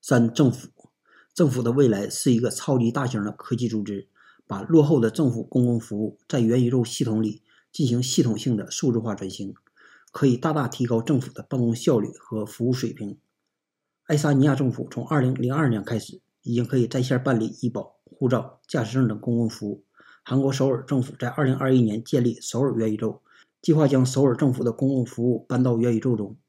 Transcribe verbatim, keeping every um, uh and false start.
三、政府。政府的未来是一个超级大型的科技组织，把落后的政府公共服务在元宇宙系统里进行系统性的数字化转型，可以大大提高政府的办公效率和服务水平。爱沙尼亚政府从二零零二年开始，已经可以在线办理医保、护照、驾驶证等公共服务。韩国首尔政府在二零二一年建立首尔元宇宙，计划将首尔政府的公共服务搬到元宇宙中。